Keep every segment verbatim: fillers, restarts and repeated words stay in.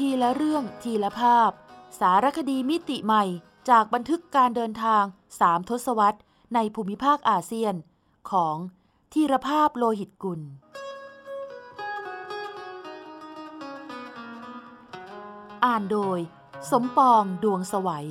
ทีละเรื่องทีละภาพสารคดีมิติใหม่จากบันทึกการเดินทางสามทศวรรษในภูมิภาคอาเซียนของธีรภาพโลหิตกุลอ่านโดยสมปองดวงไสวัย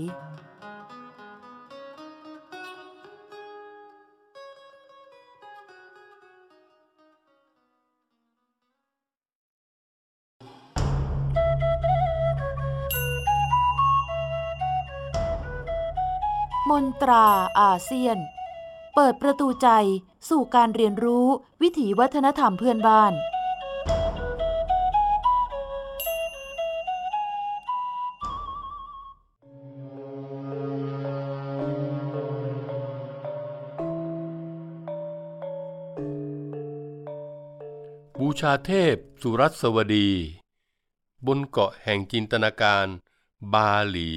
มนตราอาเซียนเปิดประตูใจสู่การเรียนรู้วิถีวัฒนธรรมเพื่อนบ้านบูชาเทพสุรัสวดีบนเกาะแห่งจินตนาการบาหลี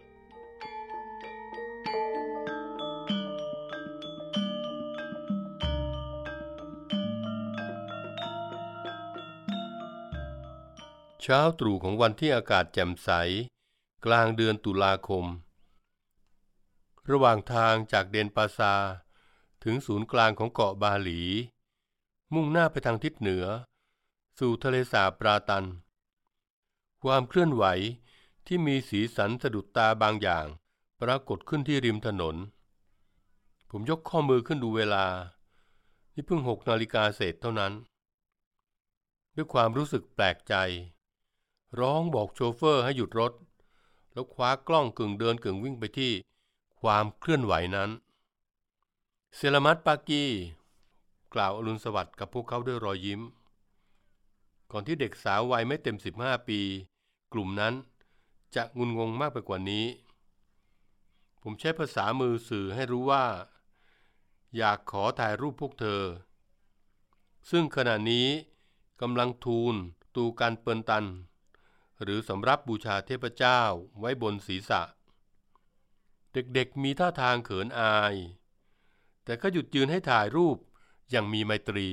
เช้าตรู่ของวันที่อากาศแจ่มใสกลางเดือนตุลาคมระหว่างทางจากเดนปาซาถึงศูนย์กลางของเกาะบาหลีมุ่งหน้าไปทางทิศเหนือสู่ทะเลสาบปราตันความเคลื่อนไหวที่มีสีสันสะดุดตาบางอย่างปรากฏขึ้นที่ริมถนนผมยกข้อมือขึ้นดูเวลานี่เพิ่งหกนาฬิกาเศษเท่านั้นด้วยความรู้สึกแปลกใจร้องบอกโชเฟอร์ให้หยุดรถแล้วคว้ากล้องกึ่งเดินกึ่งวิ่งไปที่ความเคลื่อนไหวนั้นเซลามัตปากีกล่าวอรุณสวัสดิ์กับพวกเขาด้วยรอยยิ้มก่อนที่เด็กสาววัยไม่เต็มสิบห้าปีกลุ่มนั้นจะงุนงงมากไปกว่านี้ผมใช้ภาษามือสื่อให้รู้ว่าอยากขอถ่ายรูปพวกเธอซึ่งขณะนี้กำลังทูลตูกันเปินตันหรือสำรับบูชาเทพเจ้าไว้บนศีรษะเด็กๆมีท่าทางเขินอายแต่ก็หยุดยืนให้ถ่ายรูปอย่างมีไมตรี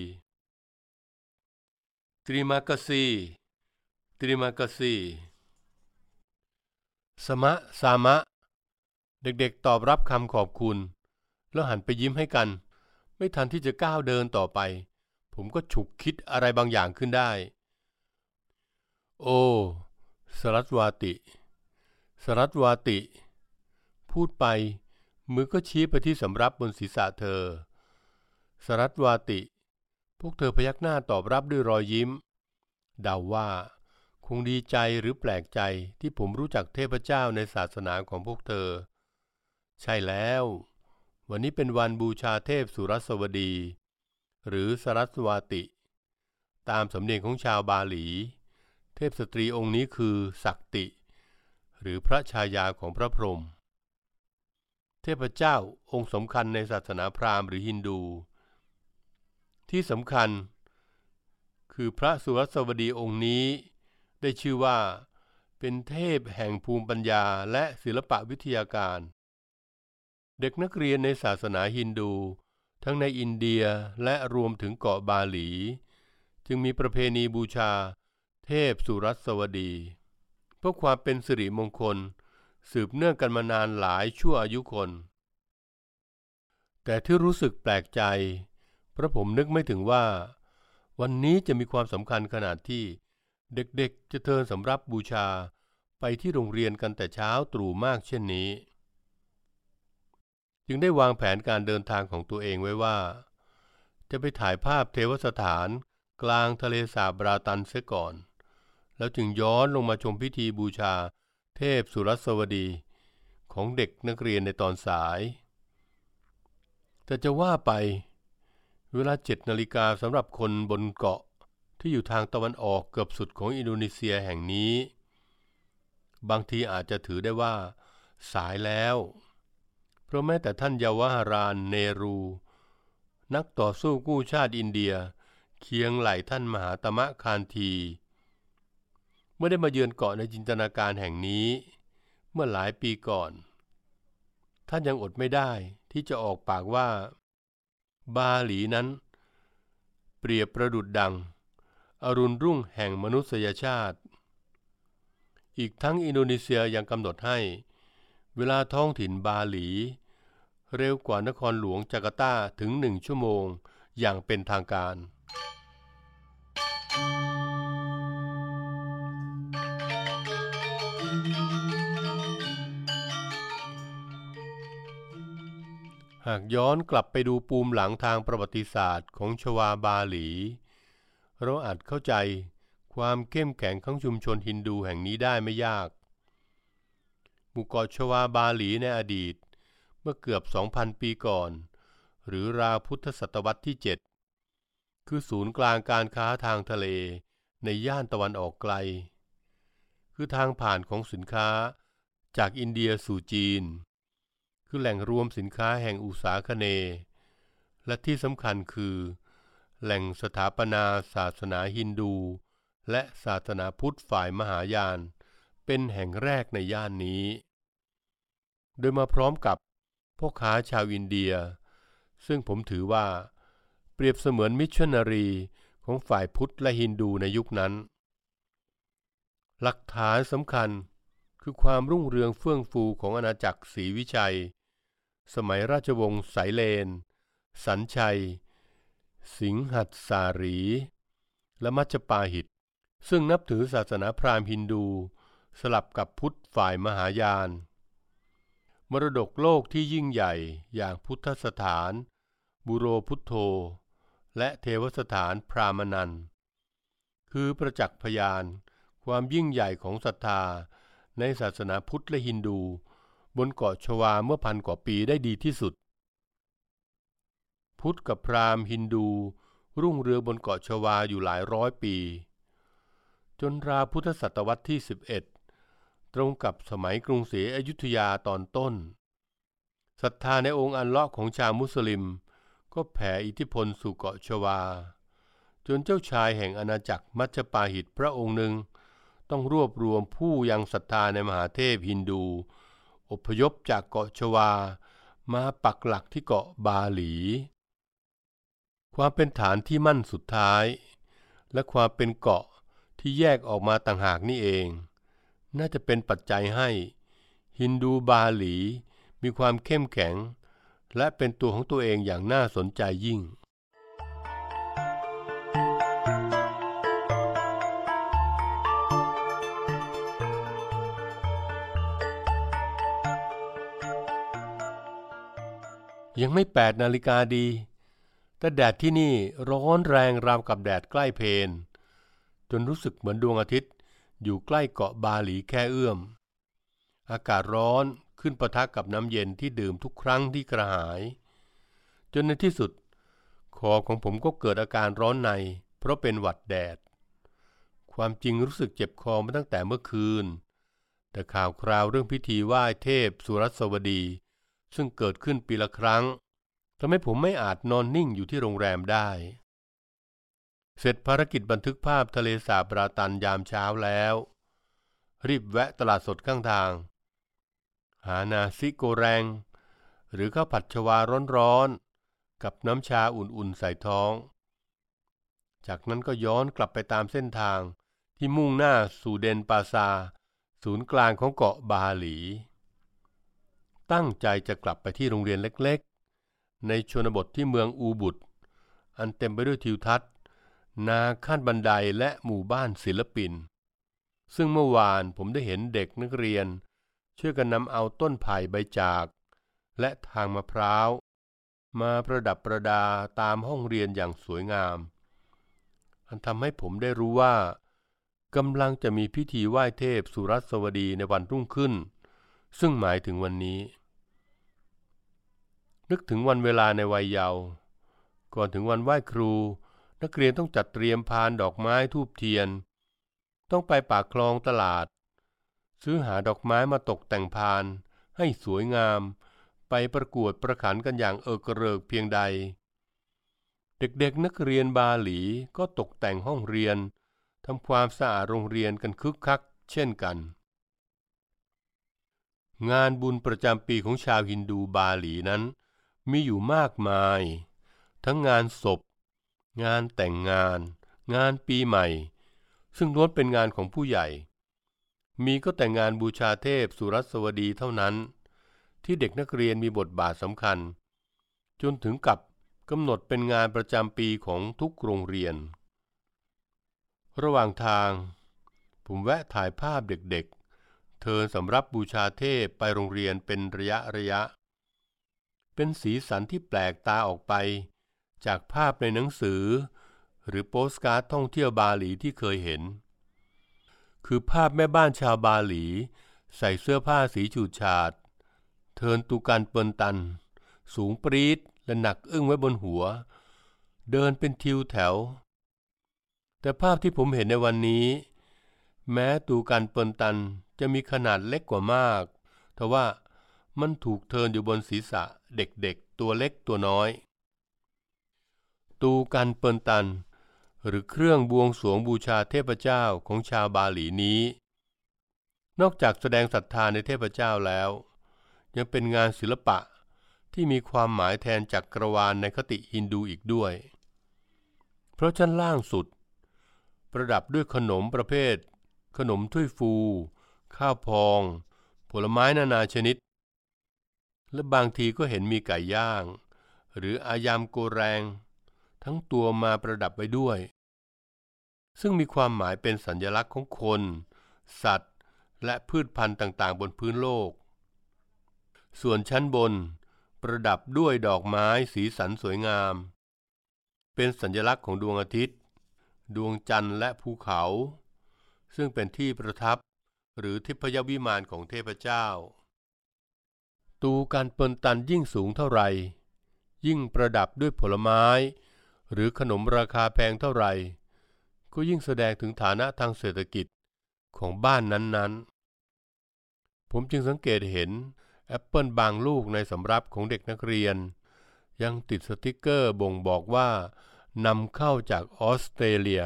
ตริมากซีตริมากซีสมะสามะเด็กๆตอบรับคำขอบคุณแล้วหันไปยิ้มให้กันไม่ทันที่จะก้าวเดินต่อไปผมก็ฉุกคิดอะไรบางอย่างขึ้นได้โอ้สรัสวาติสรัสวาติพูดไปมือก็ชี้ไปที่สำรับบนศีรษะเธอสรัสวาติพวกเธอพยักหน้าตอบรับด้วยรอยยิ้มเดาว่าคงดีใจหรือแปลกใจที่ผมรู้จักเทพเจ้าในศาสนาของพวกเธอใช่แล้ววันนี้เป็นวันบูชาเทพสุรัสวดีหรือสรัสวาติตามสำเนียงของชาวบาหลีเทพสตรีองค์นี้คือศักติหรือพระชายาของพระพรหมเทพเจ้าองค์สำคัญในศาสนาพราหมณ์หรือฮินดูที่สำคัญคือพระสุรัสวดีองค์นี้ได้ชื่อว่าเป็นเทพแห่งภูมิปัญญาและศิลปะวิทยาการเด็กนักเรียนในศาสนาฮินดูทั้งในอินเดียและรวมถึงเกาะบาหลีจึงมีประเพณีบูชาเทพสุรัสวดีเพื่อความเป็นสิริมงคลสืบเนื่องกันมานานหลายชั่วอายุคนแต่ที่รู้สึกแปลกใจเพราะผมนึกไม่ถึงว่าวันนี้จะมีความสำคัญขนาดที่เด็กๆจะเทินสำรับบูชาไปที่โรงเรียนกันแต่เช้าตรู่มากเช่นนี้จึงได้วางแผนการเดินทางของตัวเองไว้ว่าจะไปถ่ายภาพเทวสถานกลางทะเลสาบบราตันเสียก่อนแล้วจึงย้อนลงมาชมพิธีบูชาเทพสุรัสวดีของเด็กนักเรียนในตอนสายแต่จะว่าไปเวลาเจ็ดนาฬิกาสำหรับคนบนเกาะที่อยู่ทางตะวันออกเกือบสุดของอินโดนีเซียแห่งนี้บางทีอาจจะถือได้ว่าสายแล้วเพราะแม้แต่ท่านเยาวารานเนรูนักต่อสู้กู้ชาติอินเดียเคียงไหล่ท่านมหาตมะคานธีเมื่อได้มาเยือนเกาะในจินตนาการแห่งนี้เมื่อหลายปีก่อนท่านยังอดไม่ได้ที่จะออกปากว่าบาหลีนั้นเปรียบประดุจดังอรุณรุ่งแห่งมนุษยชาติอีกทั้งอินโดนีเซียยังกำหนดให้เวลาท้องถิ่นบาหลีเร็วกว่านครหลวงจาการ์ตาถึงหนึ่งชั่วโมงอย่างเป็นทางการหากย้อนกลับไปดูปูมหลังทางประวัติศาสตร์ของชวาบาหลีเราอาจเข้าใจความเข้มแข็งของชุมชนฮินดูแห่งนี้ได้ไม่ยากหมู่เกาะชวาบาหลีในอดีตเมื่อเกือบ สองพัน ปีก่อนหรือราวพุทธศตวรรษที่ เจ็ดคือศูนย์กลางการค้าทางทะเลในย่านตะวันออกไกลคือทางผ่านของสินค้าจากอินเดียสู่จีนคือแหล่งรวมสินค้าแห่งอุษาคเนย์และที่สำคัญคือแหล่งสถาปนาศาสนาฮินดูและศาสนาพุทธฝ่ายมหายานเป็นแห่งแรกในย่านนี้โดยมาพร้อมกับพ่อค้าชาวอินเดียซึ่งผมถือว่าเปรียบเสมือนมิชชันนารีของฝ่ายพุทธและฮินดูในยุคนั้นหลักฐานสำคัญคือความรุ่งเรืองเฟื่องฟูของอาณาจักรศรีวิชัยสมัยราชวงศ์ไสยเลนสัญชัยสิงหัสสารีและมัชฌปาหิตซึ่งนับถือศาสนาพราหมณ์ฮินดูสลับกับพุทธฝ่ายมหายานมรดกโลกที่ยิ่งใหญ่อย่างพุทธสถานบุโรพุทโธและเทวสถานพรามนันท์คือประจักษ์พยานความยิ่งใหญ่ของศรัทธาในศาสนาพุทธและฮินดูบนเกาะชวาเมื่อพันกว่าปีได้ดีที่สุดพุทธกับพราหมณ์ฮินดูรุ่งเรืองบนเกาะชวาอยู่หลายร้อยปีจนราวพุทธศตวรรษที่สิบเอ็ดตรงกับสมัยกรุงศรีอยุธยาตอนต้นศรัทธาในองค์อัลเลาะห์ของชาวมุสลิมก็แผ่อิทธิพลสู่เกาะชวาจนเจ้าชายแห่งอาณาจักรมัชฌปาหิตพระองค์หนึ่งต้องรวบรวมผู้ยังศรัทธาในมหาเทพฮินดูอพยพจากเกาะชวามาปักหลักที่เกาะบาหลีความเป็นฐานที่มั่นสุดท้ายและความเป็นเกาะที่แยกออกมาต่างหากนี่เองน่าจะเป็นปัจจัยให้ฮินดูบาหลีมีความเข้มแข็งและเป็นตัวของตัวเองอย่างน่าสนใจยิ่งยังไม่แปดนาฬิกาดีแต่แดดที่นี่ร้อนแรงราวกับแดดใกล้เพลจนรู้สึกเหมือนดวงอาทิตย์อยู่ใกล้เกาะบาหลีแค่เอื้อมอากาศร้อนขึ้นปะทะกับน้ำเย็นที่ดื่มทุกครั้งที่กระหายจนในที่สุดคอของผมก็เกิดอาการร้อนในเพราะเป็นหวัดแดดความจริงรู้สึกเจ็บคอมาตั้งแต่เมื่อคืนแต่ข่าวคราวเรื่องพิธีไหว้เทพสุรัสวดีซึ่งเกิดขึ้นปีละครั้งทำให้ผมไม่อาจนอนนิ่งอยู่ที่โรงแรมได้เสร็จภารกิจบันทึกภาพทะเลสาบราตันยามเช้าแล้วรีบแวะตลาดสดข้างทางหานาซิโกแรงหรือข้าวผัดชวาร้อนๆกับน้ำชาอุ่นๆใส่ท้องจากนั้นก็ย้อนกลับไปตามเส้นทางที่มุ่งหน้าสู่เดนปาซาศูนย์กลางของเกาะบาหลีตั้งใจจะกลับไปที่โรงเรียนเล็กๆในชนบทที่เมืองอูบุดอันเต็มไปด้วยทิวทัศน์นาขั้นบันไดและหมู่บ้านศิลปินซึ่งเมื่อวานผมได้เห็นเด็กนักเรียนช่วยกันนำเอาต้นไผ่ใบจากและทางมะพร้าวมาประดับประดาตามห้องเรียนอย่างสวยงามอันทำให้ผมได้รู้ว่ากำลังจะมีพิธีไหว้เทพสุรัสวดีในวันรุ่งขึ้นซึ่งหมายถึงวันนี้นึกถึงวันเวลาในวัยเยาว์ก่อนถึงวันไหว้ครูนักเรียนต้องจัดเตรียมพานดอกไม้ธูปเทียนต้องไปปากคลองตลาดซื้อหาดอกไม้มาตกแต่งพานให้สวยงามไปประกวดประขันกันอย่างเอิกเริกเพียงใดเด็กๆนักเรียนบาหลีก็ตกแต่งห้องเรียนทำความสะอาดโรงเรียนกันคึกคักเช่นกันงานบุญประจำปีของชาวฮินดูบาหลีนั้นมีอยู่มากมายทั้งงานศพงานแต่งงานงานปีใหม่ซึ่งล้วนเป็นงานของผู้ใหญ่มีก็แต่งานบูชาเทพสุรัสวดีเท่านั้นที่เด็กนักเรียนมีบทบาทสำคัญจนถึงกับกำหนดเป็นงานประจำปีของทุกโรงเรียนระหว่างทางผมแวะถ่ายภาพเด็กๆเทินสำรับบูชาเทพไปโรงเรียนเป็นระยะระยะเป็นสีสันที่แปลกตาออกไปจากภาพในหนังสือหรือโปสการ์ดท่องเที่ยวบาหลีที่เคยเห็นคือภาพแม่บ้านชาวบาหลีใส่เสื้อผ้าสีฉูดฉาดเทินตูการเปินตันสูงปรี๊ดและหนักอึ้งไว้บนหัวเดินเป็นทิวแถวแต่ภาพที่ผมเห็นในวันนี้แม้ตูการเปินตันจะมีขนาดเล็กกว่ามากทว่ามันถูกเทินอยู่บนศีรษะเด็กๆตัวเล็กตัวน้อยตูการเปินตันหรือเครื่องบวงสรวงบูชาเทพเจ้าของชาวบาหลีนี้นอกจากแสดงศรัทธาในเทพเจ้าแล้วยังเป็นงานศิลปะที่มีความหมายแทนจักรวาลในคติฮินดูอีกด้วยเพราะชั้นล่างสุดประดับด้วยขนมประเภทขนมถ้วยฟูข้าวพองผลไม้นานาชนิดและบางทีก็เห็นมีไก่ย่างหรืออายามโกแรงทั้งตัวมาประดับไว้ด้วยซึ่งมีความหมายเป็นสัญลักษณ์ของคนสัตว์และพืชพันธุ์ต่างๆบนพื้นโลกส่วนชั้นบนประดับด้วยดอกไม้สีสันสวยงามเป็นสัญลักษณ์ของดวงอาทิตย์ดวงจันทร์และภูเขาซึ่งเป็นที่ประทับหรือทิพยวิมานของเทพเจ้าตูการเปินตันยิ่งสูงเท่าไหร่ยิ่งประดับด้วยผลไม้หรือขนมราคาแพงเท่าไหร่ก็ยิ่งแสดงถึงฐานะทางเศรษฐกิจของบ้านนั้นๆผมจึงสังเกตเห็นแอปเปิลบางลูกในสำรับของเด็กนักเรียนยังติดสติกเกอร์บ่งบอกว่านำเข้าจากออสเตรเลีย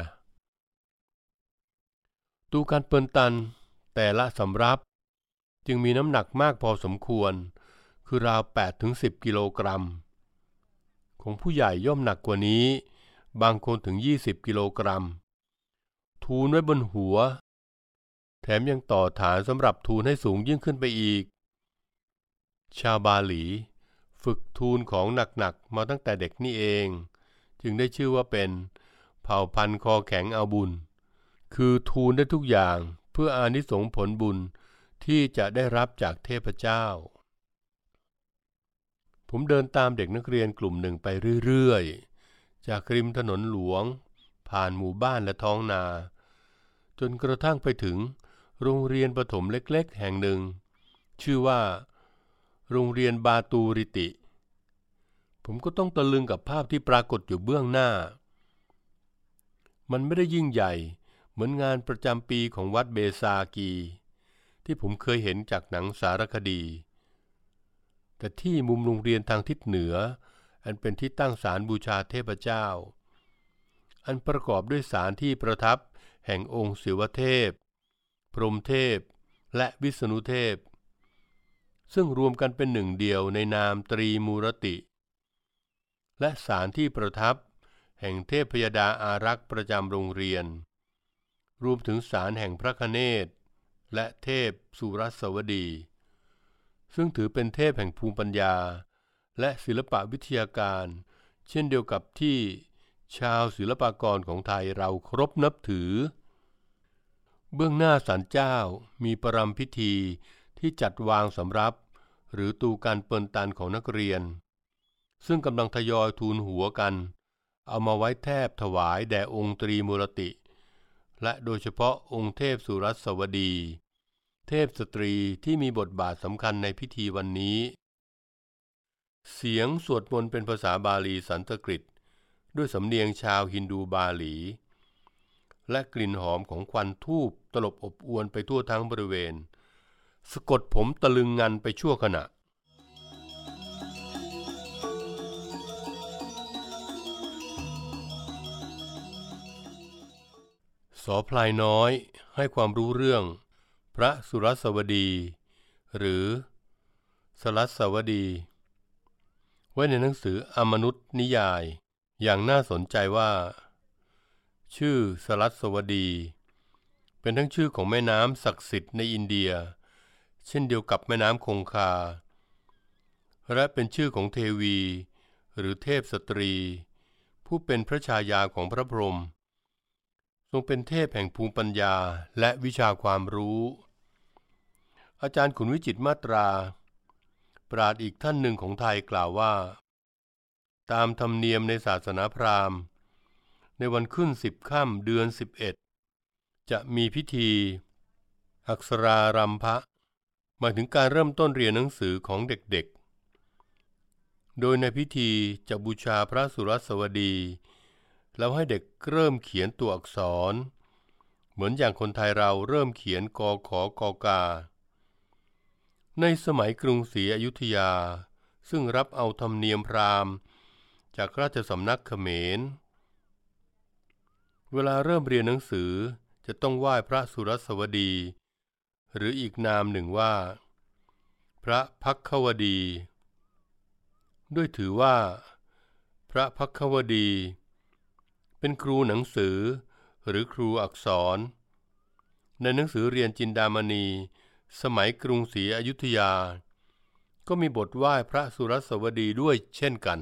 ตูการเปินตันแต่ละสำรับจึงมีน้ำหนักมากพอสมควรคือราว แปดถึงสิบ กิโลกรัมของผู้ใหญ่ย่อมหนักกว่านี้บางคนถึงยี่สิบกิโลกรัมทูลไว้บนหัวแถมยังต่อฐานสำหรับทูลให้สูงยิ่งขึ้นไปอีกชาวบาหลีฝึกทูลของหนักๆมาตั้งแต่เด็กนี่เองจึงได้ชื่อว่าเป็นเผ่าพันธุ์คอแข็งเอาบุญคือทูลได้ทุกอย่างเพื่ออานิสงส์ผลบุญที่จะได้รับจากเทพเจ้าผมเดินตามเด็กนักเรียนกลุ่มหนึ่งไปเรื่อยๆจากริมถนนหลวงผ่านหมู่บ้านและท้องนาจนกระทั่งไปถึงโรงเรียนประถมเล็กๆแห่งหนึ่งชื่อว่าโรงเรียนบาตูริติผมก็ต้องตะลึงกับภาพที่ปรากฏอยู่เบื้องหน้ามันไม่ได้ยิ่งใหญ่เหมือนงานประจำปีของวัดเบซากีที่ผมเคยเห็นจากหนังสารคดีแต่ที่มุมโรงเรียนทางทิศเหนืออันเป็นที่ตั้งศาลบูชาเทพเจ้าอันประกอบด้วยศาลที่ประทับแห่งองค์ศิวเทพพรหมเทพและวิษณุเทพซึ่งรวมกันเป็นหนึ่งเดียวในนามตรีมูรติและศาลที่ประทับแห่งเทพยดาอารักษ์ประจำโรงเรียนรวมถึงศาลแห่งพระคเนศและเทพสุรัสวดีซึ่งถือเป็นเทพแห่งภูมิปัญญาและศิลปวิทยาการเช่นเดียวกับที่ชาวศิลปากรของไทยเราเคารพนับถือเบื้องหน้าศาลเจ้ามีประรำพิธีที่จัดวางสำรับหรือตูการเปินตันของนักเรียนซึ่งกำลังทยอยทูลหัวกันเอามาไว้แทบถวายแด่องค์ตรีมูรติและโดยเฉพาะองค์เทพสุรัสวดีเทพสตรีที่มีบทบาทสำคัญในพิธีวันนี้เสียงสวดมนต์เป็นภาษาบาลีสันสกฤตด้วยสำเนียงชาวฮินดูบาหลีและกลิ่นหอมของควันธูปตลบอบอวนไปทั่วทั้งบริเวณสะกดผมตะลึงงันไปชั่วขณะสอพลายน้อยให้ความรู้เรื่องพระสุรัสวดีหรือสรัสวดีไว้ในหนังสืออมนุษย์นิยายอย่างน่าสนใจว่าชื่อสรัสวดีเป็นทั้งชื่อของแม่น้ำศักดิ์สิทธิ์ในอินเดียเช่นเดียวกับแม่น้ำคงคาและเป็นชื่อของเทวีหรือเทพสตรีผู้เป็นพระชายาของพระพรหมทรงเป็นเทพแห่งภูมิปัญญาและวิชาความรู้อาจารย์ขุนวิจิตรมาตราปราชญ์อีกท่านหนึ่งของไทยกล่าวว่าตามธรรมเนียมในศาสนาพราหมณ์ในวันขึ้นสิบค่ำเดือนสิบเอ็ดจะมีพิธีอักษรารัมภะหมายถึงการเริ่มต้นเรียนหนังสือของเด็กๆโดยในพิธีจะบูชาพระสุรสวดีแล้วให้เด็กเริ่มเขียนตัวอักษรเหมือนอย่างคนไทยเราเริ่มเขียนกขกกาในสมัยกรุงศรีอยุธยาซึ่งรับเอาธรรมเนียมพราหมณ์จากราชสำนักเขมรเวลาเริ่มเรียนหนังสือจะต้องไหว้พระสุรสวดีหรืออีกนามหนึ่งว่าพระภัคควดีด้วยถือว่าพระภัคควดีเป็นครูหนังสือหรือครูอักษรในหนังสือเรียนจินดามณีสมัยกรุงศรีอยุธยาก็มีบทไหว้พระสุรสวดีด้วยเช่นกัน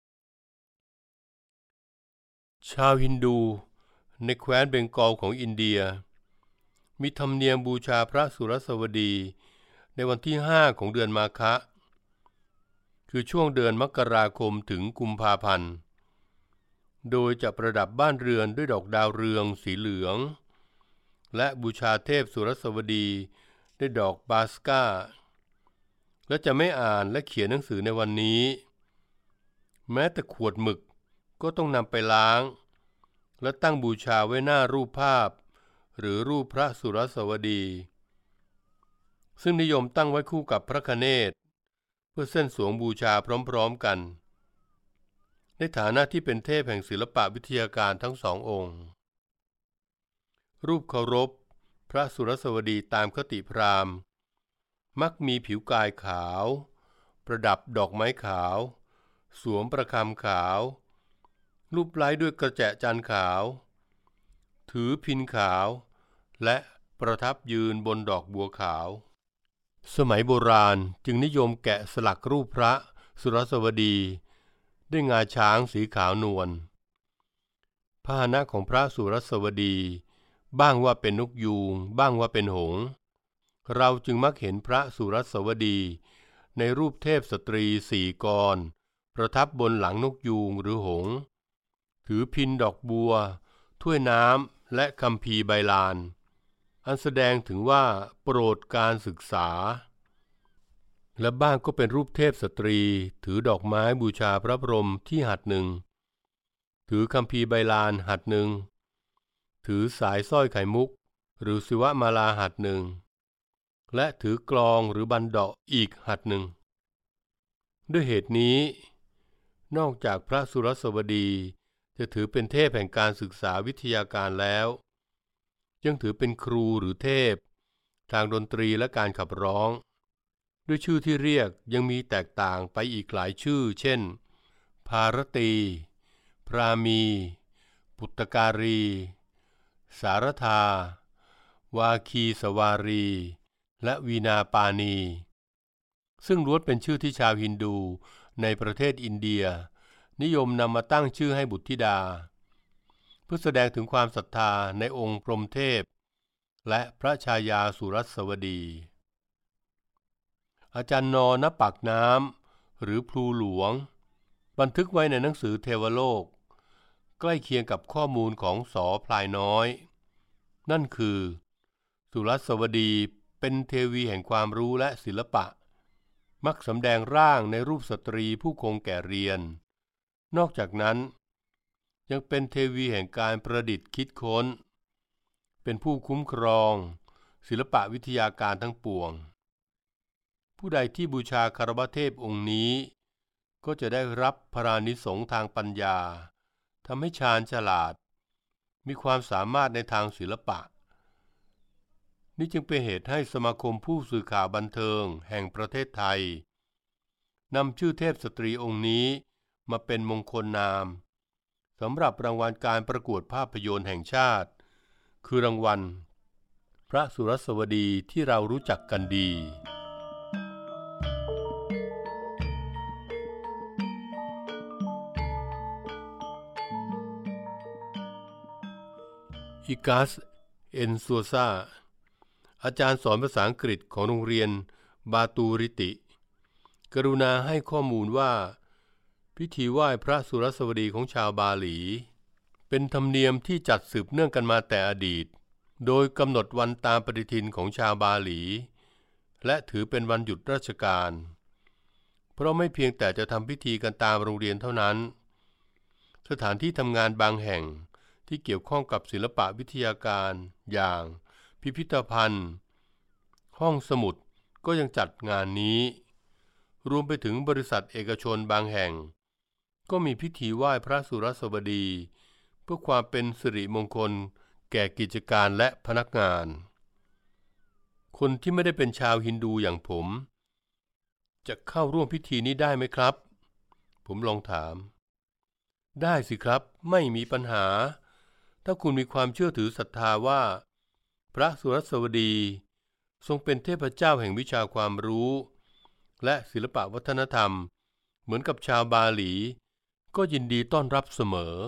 ชาวฮินดูในแคว้นเบงกอลของอินเดียมีธรรมเนียมบูชาพระสุรสวดีในวันที่ห้าของเดือนมาฆะคือช่วงเดือนมกราคมถึงกุมภาพันธ์โดยจะประดับบ้านเรือนด้วยดอกดาวเรืองสีเหลืองและบูชาเทพสุรสวดีด้วยดอกบาสกาและจะไม่อ่านและเขียนหนังสือในวันนี้แม้แต่ขวดหมึกก็ต้องนำไปล้างและตั้งบูชาไว้หน้ารูปภาพหรือรูปพระสุรสวดีซึ่งนิยมตั้งไว้คู่กับพระคเนศเพื่อเส้นสวงบูชาพร้อมๆกันในฐานะที่เป็นเทพแห่งศิลปะวิทยาการทั้งสององค์รูปเคารพพระสุรสวดีตามคติพราหมณ์มักมีผิวกายขาวประดับดอกไม้ขาวสวมประคำขาวรูปไล้ด้วยกระแจจันทร์ขาวถือพิณขาวและประทับยืนบนดอกบัวขาวสมัยโบราณจึงนิยมแกะสลักรูปพระสุรสวดีด้วยงาช้างสีขาวนวลพาหนะของพระสุรสวดีบ้างว่าเป็นนกยูงบ้างว่าเป็นหงส์เราจึงมักเห็นพระสุรสวดีในรูปเทพสตรีสี่กรประทับบนหลังนกยูงหรือหงส์ถือพิณดอกบัวถ้วยน้ำและคัมภีร์ใบลานอันแสดงถึงว่าโปรดการศึกษาและบ้างก็เป็นรูปเทพสตรีถือดอกไม้บูชาพระพรหมที่หัตถ์หนึ่งถือคัมภีร์ใบลานหัตถ์หนึ่งถือสายสร้อยไข่มุกหรือศิวมาลาหัตถ์หนึ่งและถือกลองหรือบันเดาะอีกหัตถ์หนึ่งด้วยเหตุนี้นอกจากพระสุรสวดีจะถือเป็นเทพแห่งการศึกษาวิทยาการแล้วยังถือเป็นครูหรือเทพทางดนตรีและการขับร้องด้วยชื่อที่เรียกยังมีแตกต่างไปอีกหลายชื่อเช่นภารตีพรามีปุตตการีสารธาวาคีสวารีและวีนาปานีซึ่งล้วนเป็นชื่อที่ชาวฮินดูในประเทศอินเดียนิยมนำมาตั้งชื่อให้บุตรธิดาเพื่อแสดงถึงความศรัทธาในองค์พรหมเทพและพระชายาสุรสวดีอาจารย์นอณปากน้ำหรือพลูหลวงบันทึกไว้ในหนังสือเทวโลกใกล้เคียงกับข้อมูลของสอพลายน้อยนั่นคือสุรสวดีเป็นเทวีแห่งความรู้และศิลปะมักสำแดงร่างในรูปสตรีผู้คงแก่เรียนนอกจากนั้นยังเป็นเทวีแห่งการประดิษฐ์คิดค้นเป็นผู้คุ้มครองศิลปะวิทยาการทั้งปวงผู้ใดที่บูชาคารวเทพองค์นี้ก็จะได้รับพรานิสงส์ทางปัญญาทำให้ชาญฉลาดมีความสามารถในทางศิลปะนี่จึงเป็นเหตุให้สมาคมผู้สื่อข่าวบันเทิงแห่งประเทศไทยนำชื่อเทพสตรีองค์นี้มาเป็นมงคลนามสำหรับรางวัลการประกวดภาพยนตร์แห่งชาติคือรางวัลพระสุรสวดีที่เรารู้จักกันดีอิกัส เอนซัวซาอาจารย์สอนภาษาอังกฤษของโรงเรียนบาตูริติกรุณาให้ข้อมูลว่าพิธีไหว้พระสุรสวดีของชาวบาหลีเป็นธรรมเนียมที่จัดสืบเนื่องกันมาแต่อดีตโดยกำหนดวันตามปฏิทินของชาวบาหลีและถือเป็นวันหยุดราชการเพราะไม่เพียงแต่จะทำพิธีกันตามโรงเรียนเท่านั้นสถานที่ทำงานบางแห่งที่เกี่ยวข้องกับศิลปะวิทยาการอย่างพิพิธภัณฑ์ห้องสมุดก็ยังจัดงานนี้รวมไปถึงบริษัทเอกชนบางแห่งก็มีพิธีไหว้พระสุรสวดีเพื่อความเป็นสิริมงคลแก่กิจการและพนักงานคนที่ไม่ได้เป็นชาวฮินดูอย่างผมจะเข้าร่วมพิธีนี้ได้ไหมครับผมลองถามได้สิครับไม่มีปัญหาถ้าคุณมีความเชื่อถือศรัทธาว่าพระสุรสวดีทรงเป็นเทพเจ้าแห่งวิชาความรู้และศิลปะวัฒนธรรมเหมือนกับชาวบาหลีก็ยินดีต้อนรับเสมอ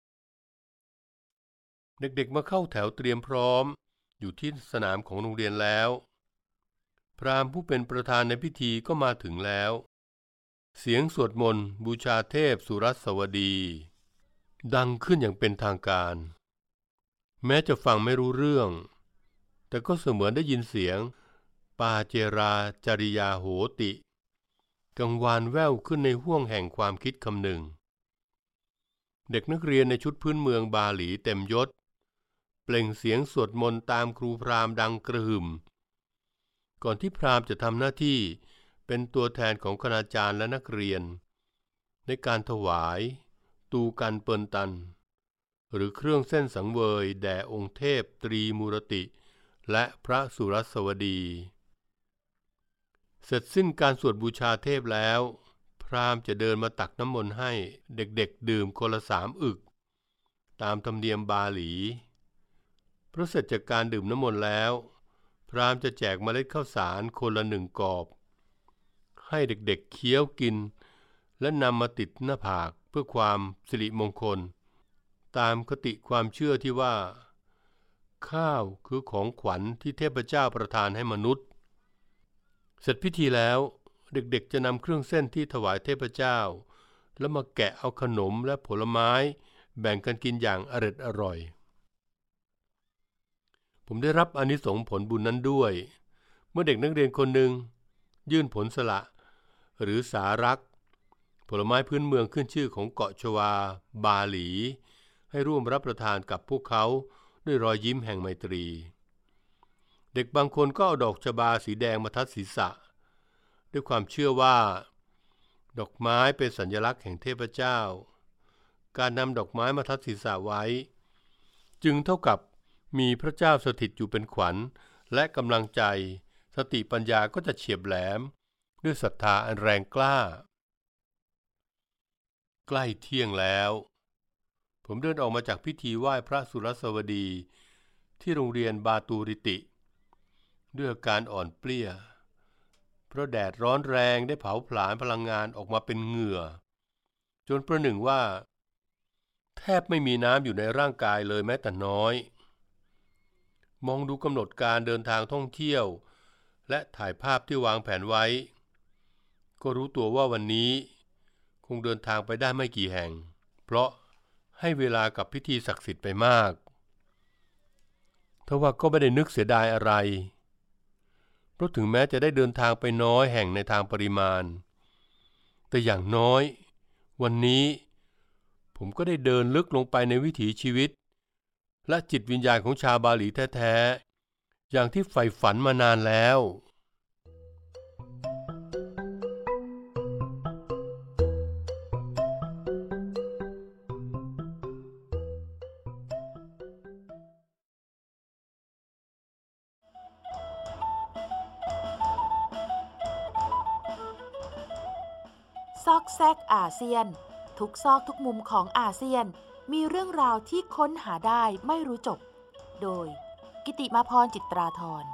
เด็กๆมาเข้าแถวเตรียมพร้อมอยู่ที่สนามของโรงเรียนแล้วพราหมณ์ผู้เป็นประธานในพิธีก็มาถึงแล้วเสียงสวดมนต์บูชาเทพสุรสวดีดังขึ้นอย่างเป็นทางการแม้จะฟังไม่รู้เรื่องแต่ก็เสมือนได้ยินเสียงปาเจราจริยาโหติกังวานแว่วขึ้นในห้วงแห่งความคิดคำหนึ่งเด็กนักเรียนในชุดพื้นเมืองบาหลีเต็มยศเปล่งเสียงสวดมนต์ตามครูพราหมณ์ดังกระหึ่มก่อนที่พราหมณ์จะทำหน้าที่เป็นตัวแทนของคณาจารย์และนักเรียนในการถวายตูกันเปิลตันหรือเครื่องเส้นสังเวยแด่องค์เทพตรีมูรติและพระสุรสวดีเสร็จสิ้นการสวดบูชาเทพแล้วพราหมณ์จะเดินมาตักน้ำมนต์ให้เด็กๆดื่มคนละสามอึกตามธรรมเนียมบาหลีเพราะเสร็จจากการดื่มน้ำมนต์แล้วพราหมณ์จะแจกเมล็ดข้าวสารคนละหนึ่งกอบให้เด็กๆเคี้ยวกินและนำมาติดหน้าผากเพื่อความสิริมงคลตามคติความเชื่อที่ว่าข้าวคือของขวัญที่เทพเจ้าประทานให้มนุษย์เสร็จพิธีแล้วเด็กๆจะนำเครื่องเส้นที่ถวายเทพเจ้าแล้วมาแกะเอาขนมและผลไม้แบ่งกันกินอย่างอร็ดอร่อยผมได้รับอานิสงส์ผลบุญนั้นด้วยเมื่อเด็กนักเรียนคนหนึ่งยื่นผลสละหรือสารักผลไม้พื้นเมืองขึ้นชื่อของเกาะชวาบาหลีให้ร่วมรับประทานกับพวกเขาด้วยรอยยิ้มแห่งไมตรีเด็กบางคนก็เอาดอกชบาสีแดงมาทัดศีรษะด้วยความเชื่อว่าดอกไม้เป็นสัญลักษณ์แห่งเทพเจ้าการนำดอกไม้มาทัดศีรษะไว้จึงเท่ากับมีพระเจ้าสถิตอยู่เป็นขวัญและกำลังใจสติปัญญาก็จะเฉียบแหลมด้วยศรัทธาอันแรงกล้าใกล้เที่ยงแล้วผมเดินออกมาจากพิธีไหว้พระสุรสวดีที่โรงเรียนบาตูริติด้วยอาการอ่อนเปลี้ยเพราะแดดร้อนแรงได้เผาผลาญพลังงานออกมาเป็นเหงื่อจนประหนึ่งว่าแทบไม่มีน้ำอยู่ในร่างกายเลยแม้แต่น้อยมองดูกำหนดการเดินทางท่องเที่ยวและถ่ายภาพที่วางแผนไว้ก็รู้ตัวว่าวันนี้คงเดินทางไปได้ไม่กี่แห่งเพราะให้เวลากับพิธีศักดิ์สิทธิ์ไปมากทว่าก็ไม่ได้นึกเสียดายอะไรเพราะถึงแม้จะได้เดินทางไปน้อยแห่งในทางปริมาณแต่อย่างน้อยวันนี้ผมก็ได้เดินลึกลงไปในวิถีชีวิตและจิตวิญญาณของชาวบาหลีแท้ๆอย่างที่ใฝ่ฝันมานานแล้วซอกแซกอาเซียนทุกซอกทุกมุมของอาเซียนมีเรื่องราวที่ค้นหาได้ไม่รู้จบโดยกิติมาพรจิตราธร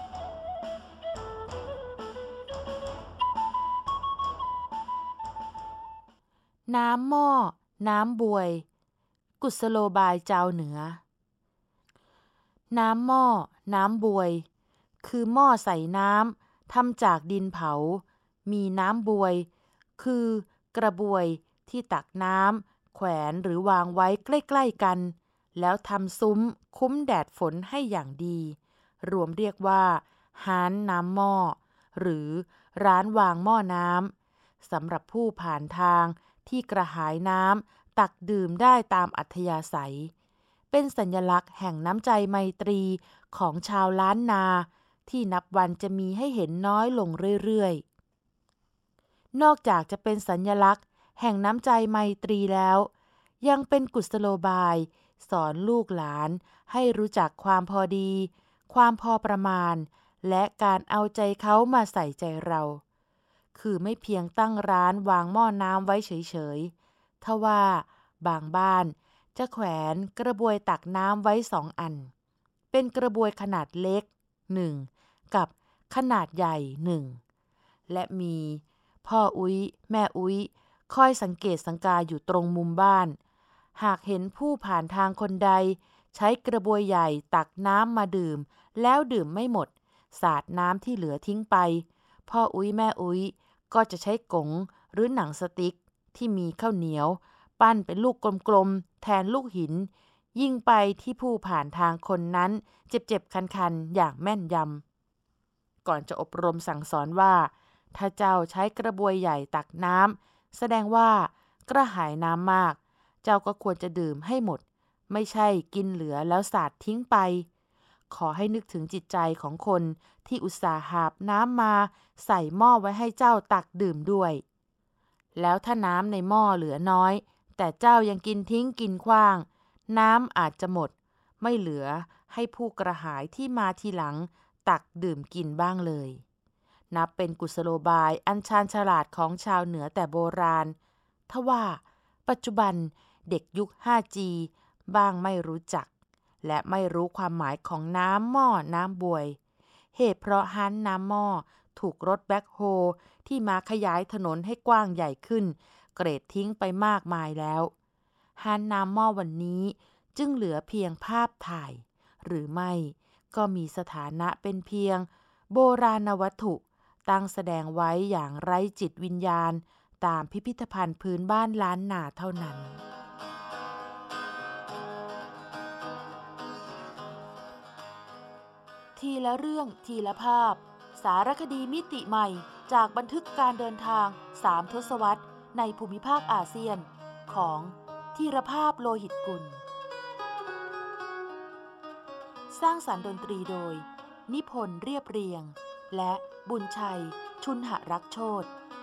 น้ำหม้อน้ำบวย กุศโลบายเจ้าเหนือ น้ำหม้อน้ำบวย คือหม้อใส่น้ำทำจากดินเผา มีน้ำบวย คือกระบวยที่ตักน้ำแขวนหรือวางไว้ใกล้ๆกัน แล้วทำซุ้มคุ้มแดดฝนให้อย่างดี รวมเรียกว่าฮ้านน้ำหม้อหรือร้านวางหม้อน้ำสำหรับผู้ผ่านทางที่กระหายน้ำตักดื่มได้ตามอัธยาศัย เป็นสัญลักษณ์แห่งน้ำใจไมตรีของชาวล้านนาที่นับวันจะมีให้เห็นน้อยลงเรื่อยๆ นอกจากจะเป็นสัญลักษณ์แห่งน้ำใจไมตรีแล้ว ยังเป็นกุศโลบายสอนลูกหลานให้รู้จักความพอดี ความพอประมาณ และการเอาใจเขามาใส่ใจเรา คือไม่เพียงตั้งร้านวางหม้อน้ำไว้เฉยๆทว่าบางบ้านจะแขวนกระบวยตักน้ำไว้สองอัน เป็นกระบวยขนาดเล็กหนึ่งกับขนาดใหญ่หนึ่งและมีพ่ออุ๊ยแม่อุ๊ยคอยสังเกตสังกาอยู่ตรงมุมบ้าน หากเห็นผู้ผ่านทางคนใดใช้กระบวยใหญ่ตักน้ำมาดื่มแล้วดื่มไม่หมดสาดน้ำที่เหลือทิ้งไปพ่ออุ๊ยแม่อุ๊ยก็จะใช้กงหรือหนังสติ๊กที่มีข้าวเหนียวปั้นเป็นลูกกลมๆแทนลูกหินยิงไปที่ผู้ผ่านทางคนนั้นเจ็บๆคันๆอย่างแม่นยำก่อนจะอบรมสั่งสอนว่าถ้าเจ้าใช้กระบวยใหญ่ตักน้ำแสดงว่ากระหายน้ำมากเจ้าก็ควรจะดื่มให้หมดไม่ใช่กินเหลือแล้วสาดทิ้งไปขอให้นึกถึงจิตใจของคนที่อุตส่าห์หาบน้ำมาใส่หม้อไว้ให้เจ้าตักดื่มด้วยแล้วถ้าน้ำในหม้อเหลือน้อยแต่เจ้ายังกินทิ้งกินขว้างน้ำอาจจะหมดไม่เหลือให้ผู้กระหายที่มาทีหลังตักดื่มกินบ้างเลยนับเป็นกุศโลบายอันชาญฉลาดของชาวเหนือแต่โบราณทว่าปัจจุบันเด็กยุค ห้าจี บ้างไม่รู้จักและไม่รู้ความหมายของน้ำหม้อน้ำบวยเหตุเพราะฮ้านน้ำหม้อถูกรถแบ็คโฮที่มาขยายถนนให้กว้างใหญ่ขึ้นเกรดทิ้งไปมากมายแล้วฮ้านน้ำหม้อวันนี้จึงเหลือเพียงภาพถ่ายหรือไม่ก็มีสถานะเป็นเพียงโบราณวัตถุตั้งแสดงไว้อย่างไร้จิตวิญญาณตามพิพิธภัณฑ์พื้นบ้านล้านนาเท่านั้นทีละเรื่องทีละภาพสารคดีมิติใหม่จากบันทึกการเดินทางสามทศวรรษในภูมิภาคอาเซียนของธีรภาพโลหิตกุลสร้างสรรค์ดนตรีโดยนิพนธ์เรียบเรียงและบุญชัยชุนหรักโชติ